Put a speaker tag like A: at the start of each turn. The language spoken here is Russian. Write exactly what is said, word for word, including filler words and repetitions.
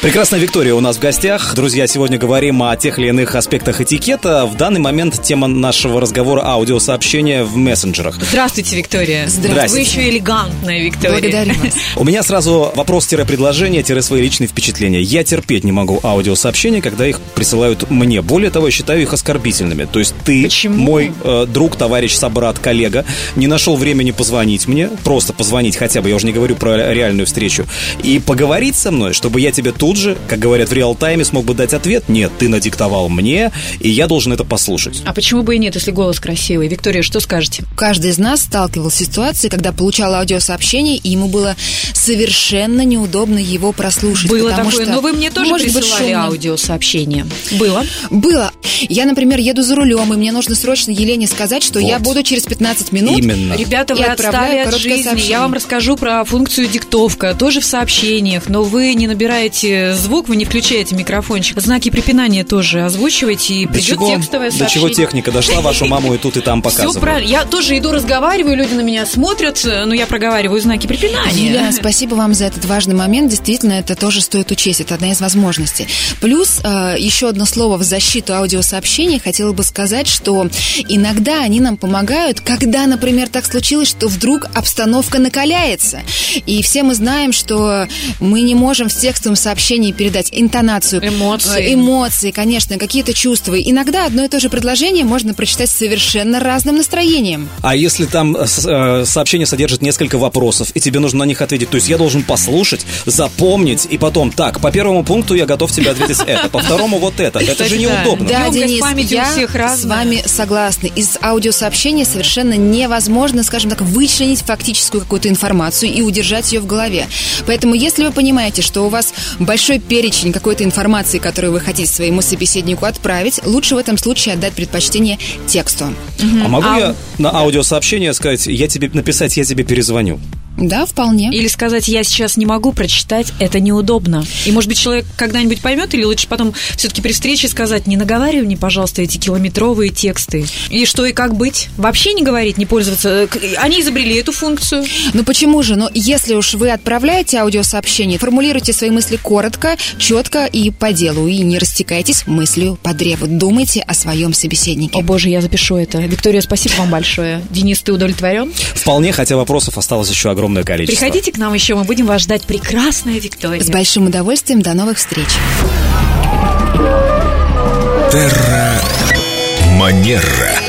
A: Прекрасная Виктория у нас в гостях. Друзья, сегодня говорим о тех или иных аспектах этикета. В данный момент тема нашего разговора — аудиосообщения в мессенджерах.
B: Здравствуйте, Виктория.
A: Здравствуйте.
B: Вы еще элегантная, Виктория.
C: Благодарю вас.
A: У меня сразу вопрос-предложение-свои личные впечатления. Я терпеть не могу аудиосообщения, когда их присылают мне. Более того, я считаю их оскорбительными. То есть ты,
B: Почему?
A: мой э, друг, товарищ, собрат, коллега, не нашел времени позвонить мне, просто позвонить хотя бы, я уже не говорю про реальную встречу, и поговорить со мной, чтобы я тебе тут же, как говорят в реал-тайме, смог бы дать ответ. Нет, ты надиктовал мне, и я должен это послушать.
B: А почему бы и нет, если голос красивый? Виктория, что скажете?
C: Каждый из нас сталкивался с ситуацией, когда получал аудиосообщение, и ему было совершенно неудобно его прослушать.
B: Было
C: потому
B: такое,
C: что
B: но вы мне тоже
C: может быть
B: присылали
C: шумно.
B: аудиосообщение. Было?
C: Было. Я, например, еду за рулем, и мне нужно срочно Елене сказать, что
A: Вот.
C: я буду через пятнадцать минут.
A: Именно.
B: Ребята, вы
C: И отправляю
B: отстали от
C: короткое
B: жизни.
C: сообщение.
B: Я вам расскажу про функцию диктовка, тоже в сообщениях, но вы не набираете звук, вы не включаете микрофончик. Знаки препинания тоже озвучиваете, и
A: До
B: придет
A: чего,
B: текстовое
A: до
B: сообщение.
A: чего техника дошла, вашу маму и тут, и там показывают.
B: Все правильно. Я тоже иду, разговариваю, люди на меня смотрят, но я проговариваю знаки препинания.
C: Елена, спасибо вам за этот важный момент. Действительно, это тоже стоит учесть. Это одна из возможностей. Плюс э, еще одно слово в защиту аудиосообщений. Хотела бы сказать, что иногда они нам помогают, когда, например, так случилось, что вдруг обстановка накаляется. И все мы знаем, что мы не можем в текстовом сообщении передать интонацию,
B: Эмоции.
C: э, эмоции, конечно, какие-то чувства. Иногда одно и то же предложение можно прочитать с совершенно разным настроением.
A: А если там э, с- э, сообщение содержит несколько вопросов, и тебе нужно на них ответить, то есть я должен послушать, запомнить, и потом, так, по первому пункту я готов тебе ответить это, по второму вот это. Это
B: Кстати,
A: же
B: да.
A: неудобно.
C: Да,
B: Ёмкость
C: Денис,
B: памяти у
C: я
B: всех
C: с
B: разная.
C: вами согласна. Из аудиосообщения совершенно невозможно, скажем так, вычленить фактическую какую-то информацию и удержать ее в голове. Поэтому, если вы понимаете, что у вас большой перечень какой-то информации, которую вы хотите своему собеседнику отправить, лучше в этом случае отдать предпочтение тексту.
A: А могу
B: А-
A: я на аудиосообщение сказать, я тебе написать, я тебе перезвоню?
C: Да, вполне.
B: Или сказать, я сейчас не могу прочитать, это неудобно. И, может быть, человек когда-нибудь поймет, или лучше потом все-таки при встрече сказать, не наговаривай мне, пожалуйста, эти километровые тексты. И что, и как быть? Вообще не говорить, не пользоваться. Они изобрели эту функцию.
C: Ну почему же? Но если уж вы отправляете аудиосообщение, формулируйте свои мысли коротко, четко и по делу. И не растекайтесь мыслью по древу. Думайте о своем собеседнике.
B: О, боже, я запишу это. Виктория, спасибо вам большое. Денис, ты удовлетворен?
A: Вполне, хотя вопросов осталось еще огромное количество.
B: Приходите к нам еще, мы будем вас ждать. Прекрасная Виктория.
C: С большим удовольствием. До новых встреч.
D: Терра Манера.